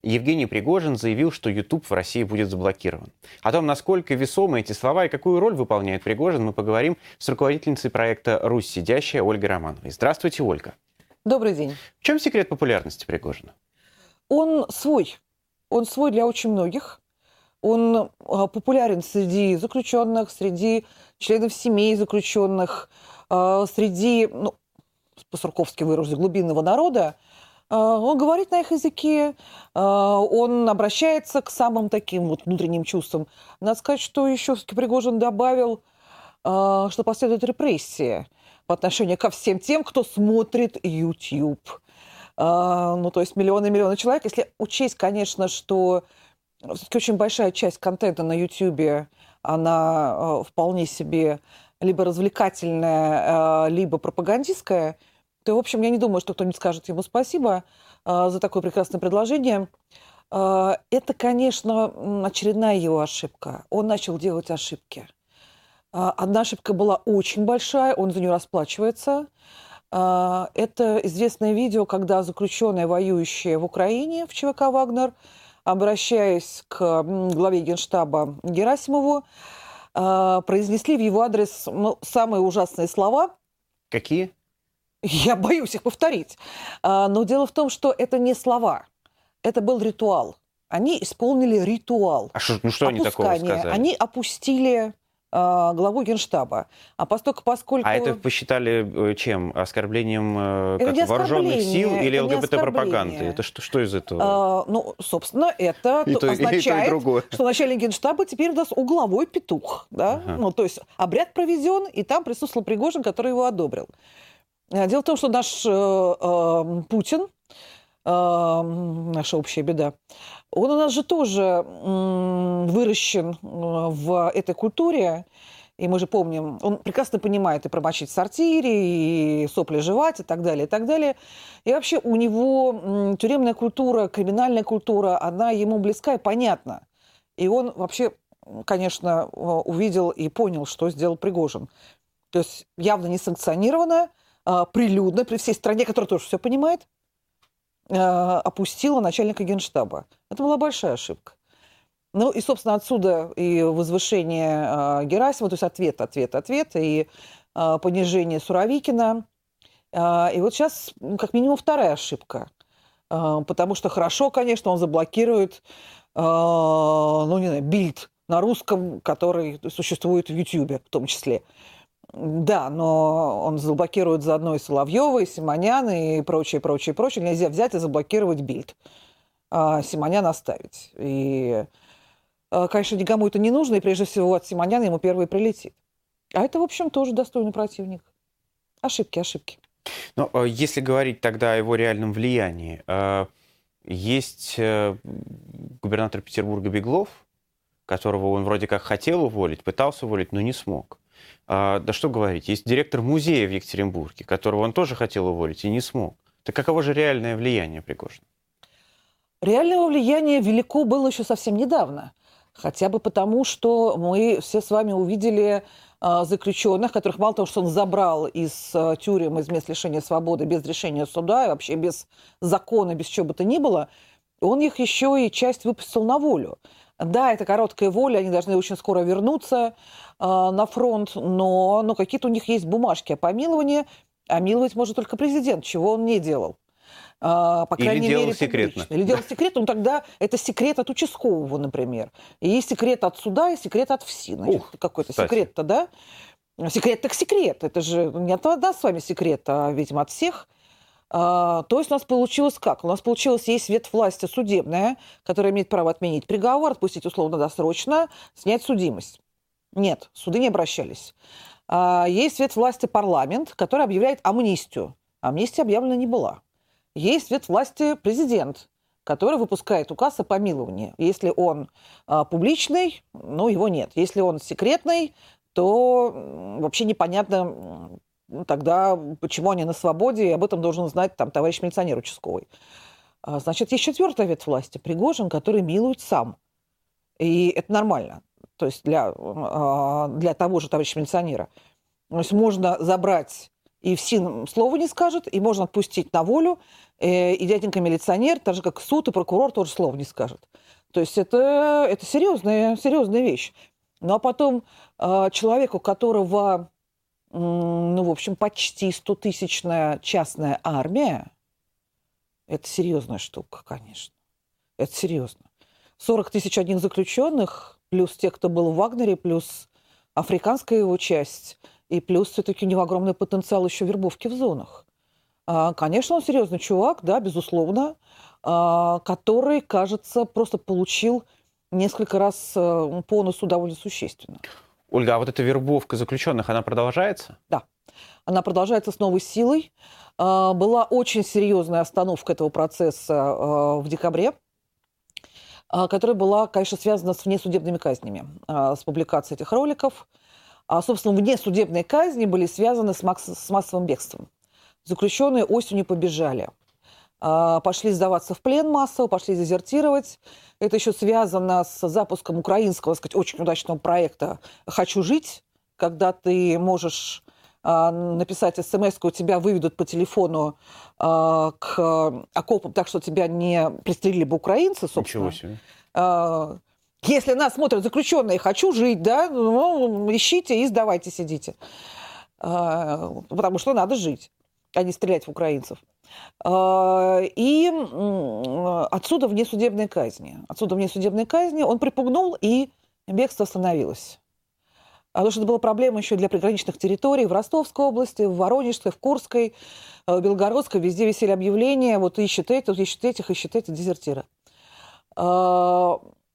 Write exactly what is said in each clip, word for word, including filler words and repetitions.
Евгений Пригожин заявил, что YouTube в России будет заблокирован. О том, насколько весомы эти слова и какую роль выполняет Пригожин, мы поговорим с руководительницей проекта «Русь сидящая» Ольгой Романовой. Здравствуйте, Ольга. Добрый день. В чем секрет популярности Пригожина? Он свой. Он свой для очень многих. Он популярен среди заключенных, среди членов семей заключенных, среди, ну, по-сурковски выражусь, глубинного народа. Он говорит на их языке, он обращается к самым таким вот внутренним чувствам. Надо сказать, что еще все-таки Пригожин добавил, что последует репрессия по отношению ко всем тем, кто смотрит YouTube. Ну, то есть миллионы и миллионы человек. Если учесть, конечно, что все-таки очень большая часть контента на YouTube, она вполне себе либо развлекательная, либо пропагандистская, то, в общем, я не думаю, что кто-нибудь скажет ему спасибо э, за такое прекрасное предложение. Э, это, конечно, очередная его ошибка. Он начал делать ошибки. Э, одна ошибка была очень большая, он за нее расплачивается. Э, это известное видео, когда заключенные, воюющие в Украине в ЧВК «Вагнер», обращаясь к главе Генштаба Герасимову, э, произнесли в его адрес, ну, самые ужасные слова. Какие? Я боюсь их повторить. Но дело в том, что это не слова. Это был ритуал. Они исполнили ритуал. А шо, ну что они такого сказали? Они опустили э, главу Генштаба. А поскольку... поскольку... А это посчитали чем? Оскорблением э, как, вооруженных сил или ЛГБТ-пропаганды? Это что, что из этого? А, ну, собственно, это и то, означает, и то, и что начальник Генштаба теперь у нас угловой петух. Да? Ага. Ну, то есть обряд проведен, и там присутствовал Пригожин, который его одобрил. Дело в том, что наш э, э, Путин, э, наша общая беда, он у нас же тоже э, выращен в этой культуре, и мы же помним, он прекрасно понимает и промочить в сортире, и сопли жевать, и так далее, и так далее. И вообще у него тюремная культура, криминальная культура, она ему близка и понятна. И он вообще, конечно, увидел и понял, что сделал Пригожин. То есть явно не санкционированно, прилюдно, при всей стране, которая тоже все понимает, опустила начальника Генштаба. Это была большая ошибка. Ну и, собственно, отсюда и возвышение Герасимова, то есть ответ, ответ, ответ, и понижение Суровикина. И вот сейчас как минимум вторая ошибка. Потому что хорошо, конечно, он заблокирует, ну не знаю, бильд на русском, который существует в Ютьюбе в том числе. Да, но он заблокирует заодно и Соловьева, и Симоняна, и прочее, прочее, прочее. Нельзя взять и заблокировать Бильд, а Симоняна оставить. И, конечно, никому это не нужно, и прежде всего от Симоняна ему первый прилетит. А это, в общем, тоже достойный противник. Ошибки, ошибки. Но если говорить тогда о его реальном влиянии, есть губернатор Петербурга Беглов, которого он вроде как хотел уволить, пытался уволить, но не смог. А, да что говорить, есть директор музея в Екатеринбурге, которого он тоже хотел уволить и не смог. Так каково же реальное влияние Пригожина? Реальное влияние велико было еще совсем недавно. Хотя бы потому, что мы все с вами увидели а, заключенных, которых мало того, что он забрал из а, тюрем, из мест лишения свободы без решения суда, и вообще без закона, без чего бы то ни было, он их еще и часть выпустил на волю. Да, это короткая воля, они должны очень скоро вернуться э, на фронт, но, но какие-то у них есть бумажки о помиловании, а миловать может только президент, чего он не делал. Э, по крайней Или делал мере, секретно. Или делал секретно, ну тогда это секрет от участкового, например. И есть секрет от суда, и секрет от ФСИН. Значит, какой-то кстати. Секрет-то, да? Секрет так секрет. Это же не от нас с вами секрет, а, видимо, от всех. Uh, то есть у нас получилось как? У нас получилось, есть ветвь власти судебная, которая имеет право отменить приговор, отпустить условно-досрочно, снять судимость. Нет, суды не обращались. Uh, есть ветвь власти парламент, который объявляет амнистию. Амнистия объявлена не была. Есть ветвь власти президент, который выпускает указ о помиловании. Если он uh, публичный, ну, его нет. Если он секретный, то вообще непонятно... Тогда почему они на свободе, и об этом должен знать там, товарищ милиционер участковый. Значит, есть четвертая ветвь власти, Пригожин, который милует сам. И это нормально. То есть для, для того же товарища милиционера. То есть можно забрать, и ФСИН слова не скажет, и можно отпустить на волю, и дяденька милиционер, так же как суд и прокурор, тоже слова не скажет. То есть это, это серьезная, серьезная вещь. Ну а потом человек, у которого, ну, в общем, почти стотысячная частная армия, это серьезная штука, конечно. Это серьезно. сорок тысяч одних заключенных, плюс те, кто был в Вагнере, плюс африканская его часть, и плюс все-таки у него огромный потенциал еще вербовки в зонах. Конечно, он серьезный чувак, да, безусловно, который, кажется, просто получил несколько раз по носу довольно существенно. Ольга, а вот эта вербовка заключенных, она продолжается? Да, она продолжается с новой силой. Была очень серьезная остановка этого процесса в декабре, которая была, конечно, связана с внесудебными казнями, с публикацией этих роликов. А, собственно, внесудебные казни были связаны с, макс- с массовым бегством. Заключенные осенью побежали. Пошли сдаваться в плен массово, пошли дезертировать. Это еще связано с запуском украинского, так сказать, очень удачного проекта «Хочу жить», когда ты можешь написать смс-ку, тебя выведут по телефону к окопам так, что тебя не пристрелили бы украинцы, собственно. Ничего себе. Если нас смотрят заключенные, хочу жить, да, ну, ищите и сдавайте, сидите. Потому что надо жить, а не стрелять в украинцев. И отсюда внесудебные казни. Отсюда внесудебные казни. Он припугнул, и бегство остановилось. Потому что это была проблема еще для приграничных территорий. В Ростовской области, в Воронежской, в Курской, в Белгородской. Везде висели объявления. Вот ищет этих, ищет этих, ищет этих, дезертира. Да,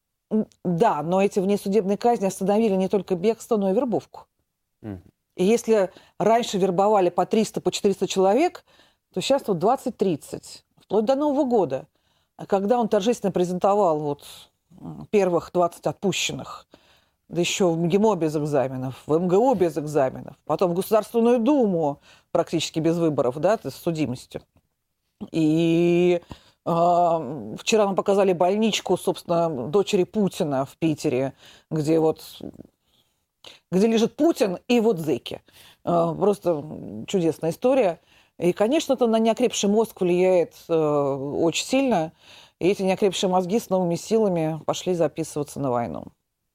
но эти внесудебные казни остановили не только бегство, но и вербовку. Mm. И если раньше вербовали по триста, по четыреста человек, то сейчас вот двадцать-тридцать, вплоть до Нового года. А когда он торжественно презентовал вот первых двадцать отпущенных, да еще в МГИМО без экзаменов, в МГУ без экзаменов, потом в Государственную Думу практически без выборов, да, с судимостью. И э, вчера нам показали больничку, собственно, дочери Путина в Питере, где вот где лежит Путин и вот зэки. Э, просто чудесная история. И, конечно, это на неокрепший мозг влияет э, очень сильно. И эти неокрепшие мозги с новыми силами пошли записываться на войну.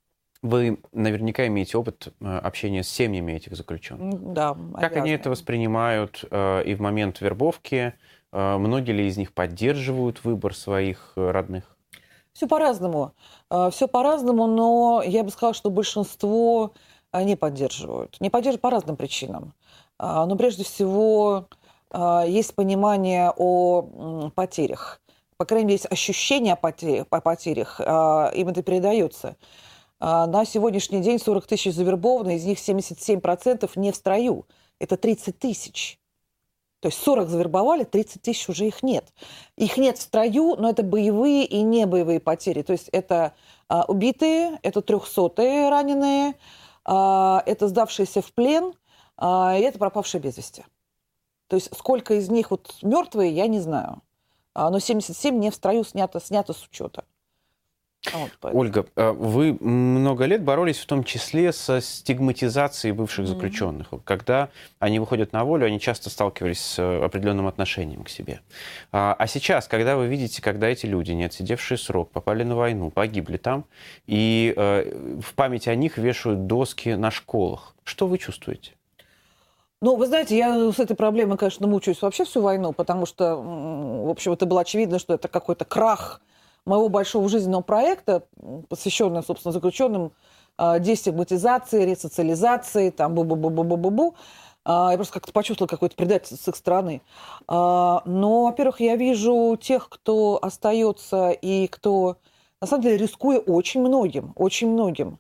Вы наверняка имеете опыт общения с семьями этих заключенных. Да. Как обязаны. Они это воспринимают э, и в момент вербовки? Э, многие ли из них поддерживают выбор своих родных? Все по-разному. Э, все по-разному, но я бы сказала, что большинство не поддерживают. Не поддерживают по разным причинам. Э, но прежде всего э, есть понимание о потерях. По крайней мере, есть ощущение о потерях. О потерях. Э, им это передается. На сегодняшний день сорок тысяч завербованы, из них семьдесят семь процентов не в строю. Это тридцать тысяч. То есть сорок завербовали, тридцать тысяч уже их нет. Их нет в строю, но это боевые и не боевые потери. То есть это а, убитые, это трехсотые раненые, а, это сдавшиеся в плен, а, и это пропавшие без вести. То есть сколько из них вот мертвые, я не знаю. А, но семьдесят семь не в строю, снято, снято с учета. Вот, Ольга, вы много лет боролись в том числе со стигматизацией бывших mm-hmm. заключенных. Когда они выходят на волю, они часто сталкивались с определенным отношением к себе. А сейчас, когда вы видите, когда эти люди, не отсидевшие срок, попали на войну, погибли там, и в память о них вешают доски на школах, что вы чувствуете? Ну, вы знаете, я с этой проблемой, конечно, мучаюсь вообще всю войну, потому что, в общем, это было очевидно, что это какой-то крах моего большого жизненного проекта, посвященного, собственно, заключенным, дестигматизации, ресоциализации, там, бу-бу-бу-бу-бу-бу. Я просто как-то почувствовала какое-то предательство с их стороны. Но, во-первых, я вижу тех, кто остается и кто, на самом деле, рискуя очень многим, очень многим,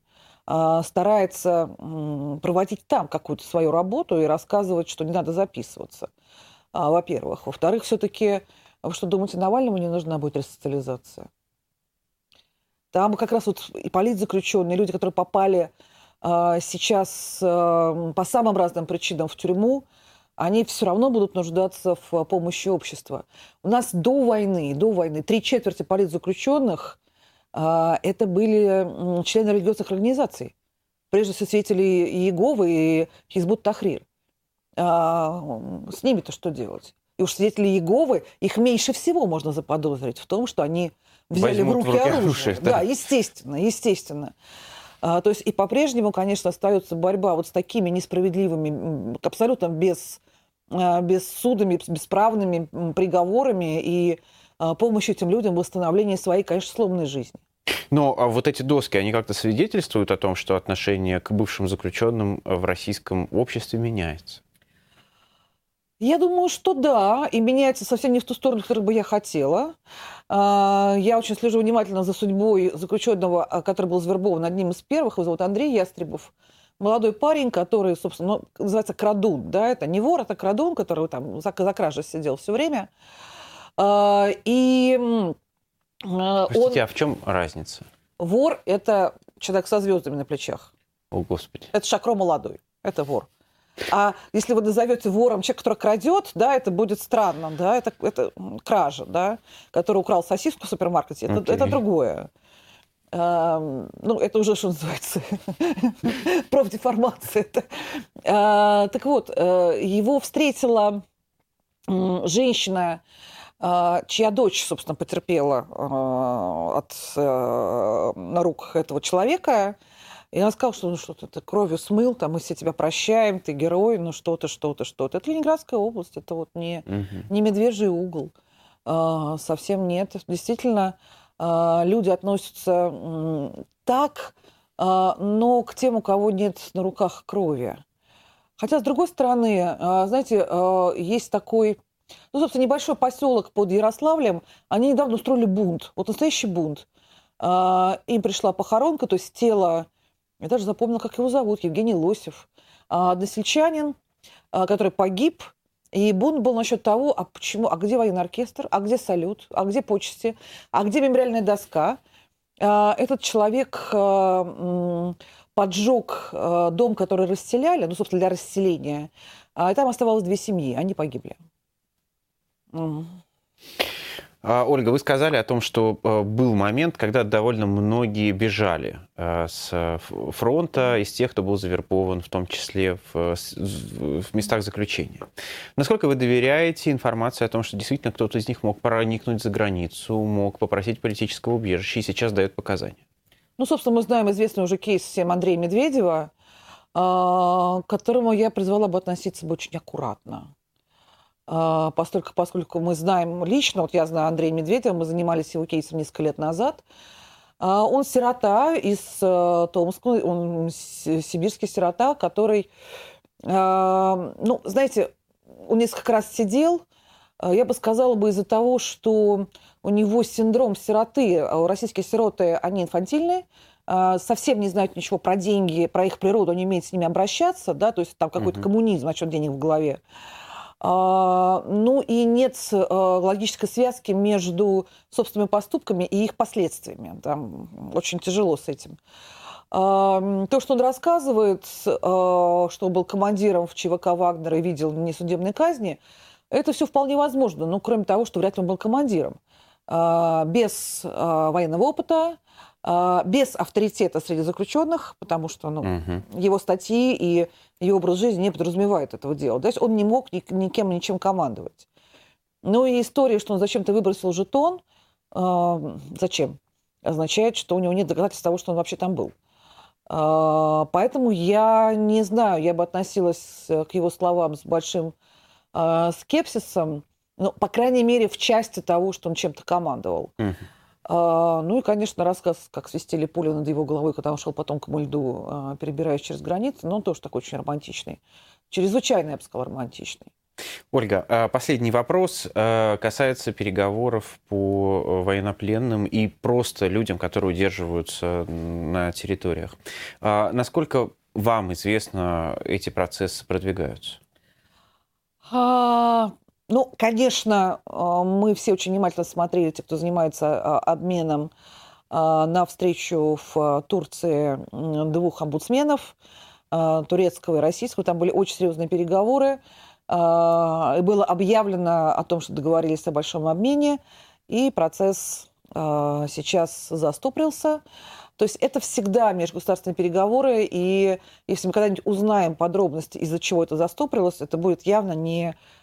старается проводить там какую-то свою работу и рассказывать, что не надо записываться, во-первых. Во-вторых, все-таки... Вы что, думаете, Навальному не нужна будет ресоциализация? Там как раз вот и политзаключенные, люди, которые попали э, сейчас э, по самым разным причинам в тюрьму, они все равно будут нуждаться в помощи общества. У нас до войны, до войны три четверти политзаключенных э, это были члены религиозных организаций. Прежде всего, свидетели Иеговы и Хизбут Тахрир. Э, с ними-то что делать? И уж свидетели Иеговы, их меньше всего можно заподозрить в том, что они взяли Возьмут в руки, в руки оружие. оружие, да. Да, естественно, естественно. А, то есть и по-прежнему, конечно, остается борьба вот с такими несправедливыми, абсолютно без, без судами, бесправными приговорами и а, помощью этим людям в восстановлении своей, конечно, сломанной жизни. Но а вот эти доски, они как-то свидетельствуют о том, что отношение к бывшим заключенным в российском обществе меняется? Я думаю, что да, и меняется совсем не в ту сторону, которую бы я хотела. Я очень слежу внимательно за судьбой заключенного, который был завербован одним из первых, его зовут Андрей Ястребов. Молодой парень, который, собственно, ну, называется крадун, да, это не вор, это крадун, который там за, за кражей сидел все время. И Простите, он... а в чем разница? Вор – это человек со звездами на плечах. О, Господи. Это Шакро молодой, это вор. А если вы назовете вором человека, который крадет, да, это будет странно, да, это, это кража, да, который украл сосиску в супермаркете, это, okay. это другое. А, ну, это уже, что называется, профдеформация. А, так вот, его встретила женщина, чья дочь, собственно, потерпела от, на руках этого человека. И она сказала, что ну что-то ты кровью смыл, там, мы все тебя прощаем, ты герой, ну что-то, что-то, что-то. Это Ленинградская область, это вот не, uh-huh. не Медвежий угол. А, совсем нет. Действительно, а, люди относятся м, так, а, но к тем, у кого нет на руках крови. Хотя, с другой стороны, а, знаете, а, есть такой, ну, собственно, небольшой поселок под Ярославлем, они недавно устроили бунт, вот настоящий бунт. А, им пришла похоронка, то есть тело... Я даже запомнила, как его зовут, Евгений Лосев. Односельчанин, который погиб. И бунт был насчет того, а почему, а где военный оркестр, а где салют, а где почести, а где мемориальная доска. Этот человек поджег дом, который расселяли, ну, собственно, для расселения. И там оставалось две семьи, они погибли. Ольга, вы сказали о том, что был момент, когда довольно многие бежали с фронта, из тех, кто был завербован, в том числе в, в местах заключения. Насколько вы доверяете информации о том, что действительно кто-то из них мог проникнуть за границу, мог попросить политического убежища и сейчас дает показания? Ну, собственно, мы знаем известный уже кейс всем Андрея Медведева, к которому я призвала бы относиться бы очень аккуратно. Поскольку, поскольку мы знаем лично, вот я знаю Андрея Медведева, мы занимались его кейсом несколько лет назад. Он сирота из Томска, он сибирский сирота, который, ну, знаете, он несколько раз сидел, я бы сказала бы из-за того, что у него синдром сироты, российские сироты, они инфантильные, совсем не знают ничего про деньги, про их природу, они умеют с ними обращаться, да, то есть там какой-то коммунизм, насчет денег в голове. Ну и нет логической связки между собственными поступками и их последствиями. Там очень тяжело с этим. То, что он рассказывает, что был командиром в ЧВК Вагнера и видел несудебные казни, это все вполне возможно. Ну, кроме того, что вряд ли он был командиром. Без военного опыта, без авторитета среди заключенных, потому что ну, угу. его статьи и его образ жизни не подразумевают этого дела. То есть он не мог ни, никем, ничем командовать. Ну и история, что он зачем-то выбросил жетон, э, зачем, означает, что у него нет доказательств того, что он вообще там был. Э, поэтому я не знаю, я бы относилась к его словам с большим э, скепсисом, ну, по крайней мере, в части того, что он чем-то командовал. Угу. Ну и, конечно, рассказ, как свистели пули над его головой, когда он шел потом к льду, перебираясь через границы, но он тоже такой очень романтичный. Чрезвычайно, я бы сказала, романтичный. Ольга, последний вопрос касается переговоров по военнопленным и просто людям, которые удерживаются на территориях. Насколько вам известно, эти процессы продвигаются? А... Ну, конечно, мы все очень внимательно смотрели, те, кто занимается обменом, на встречу в Турции двух омбудсменов, турецкого и российского. Там были очень серьезные переговоры. И было объявлено о том, что договорились о большом обмене, и процесс сейчас застопорился. То есть это всегда межгосударственные переговоры, и если мы когда-нибудь узнаем подробности, из-за чего это застопорилось, это будет явно не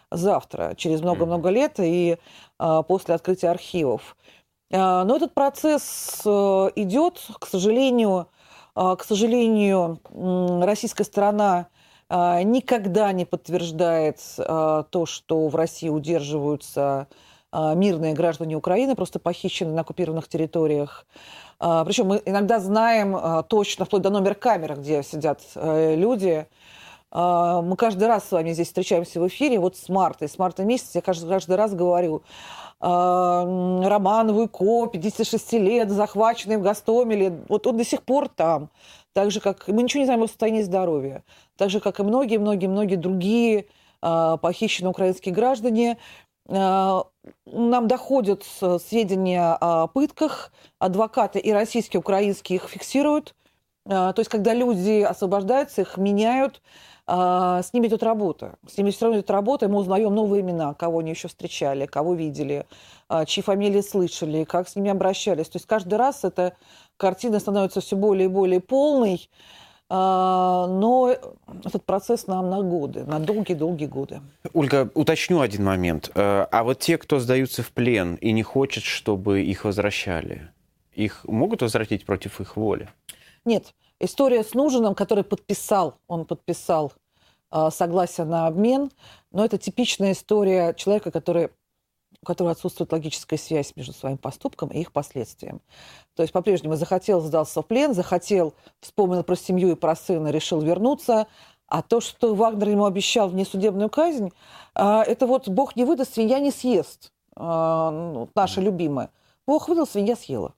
завтра, через много-много лет и после открытия архивов. Но этот процесс идет, к сожалению, к сожалению, российская сторона никогда не подтверждает то, что в России удерживаются мирные граждане Украины, просто похищенные на оккупированных территориях. Причем мы иногда знаем точно, вплоть до номера камеры, где сидят люди. Мы каждый раз с вами здесь встречаемся в эфире, вот с марта, с марта месяца я каждый, каждый раз говорю, Роман Вуйко, пятьдесят шесть лет, захваченный в Гостомеле, вот он до сих пор там. Так же, как мы ничего не знаем о состоянии здоровья. Так же, как и многие-многие-многие другие похищенные украинские граждане. Нам доходят сведения о пытках, адвокаты и российские, и украинские их фиксируют. То есть, когда люди освобождаются, их меняют, с ними идет работа. С ними все равно идет работа, и мы узнаем новые имена, кого они еще встречали, кого видели, чьи фамилии слышали, как с ними обращались. То есть каждый раз эта картина становится все более и более полной, но этот процесс нам на годы, на долгие-долгие годы. Ольга, уточню один момент. А вот те, кто сдаются в плен и не хочет, чтобы их возвращали, их могут возвратить против их воли? Нет. История с Нужиным, который подписал, он подписал э, согласие на обмен, но это типичная история человека, который, у которого отсутствует логическая связь между своим поступком и их последствием. То есть по-прежнему захотел, сдался в плен, захотел, вспомнил про семью и про сына, решил вернуться, а то, что Вагнер ему обещал внесудебную казнь, э, это вот Бог не выдаст, свинья не съест, э, ну, наша любимая. Бог выдал, свинья съела.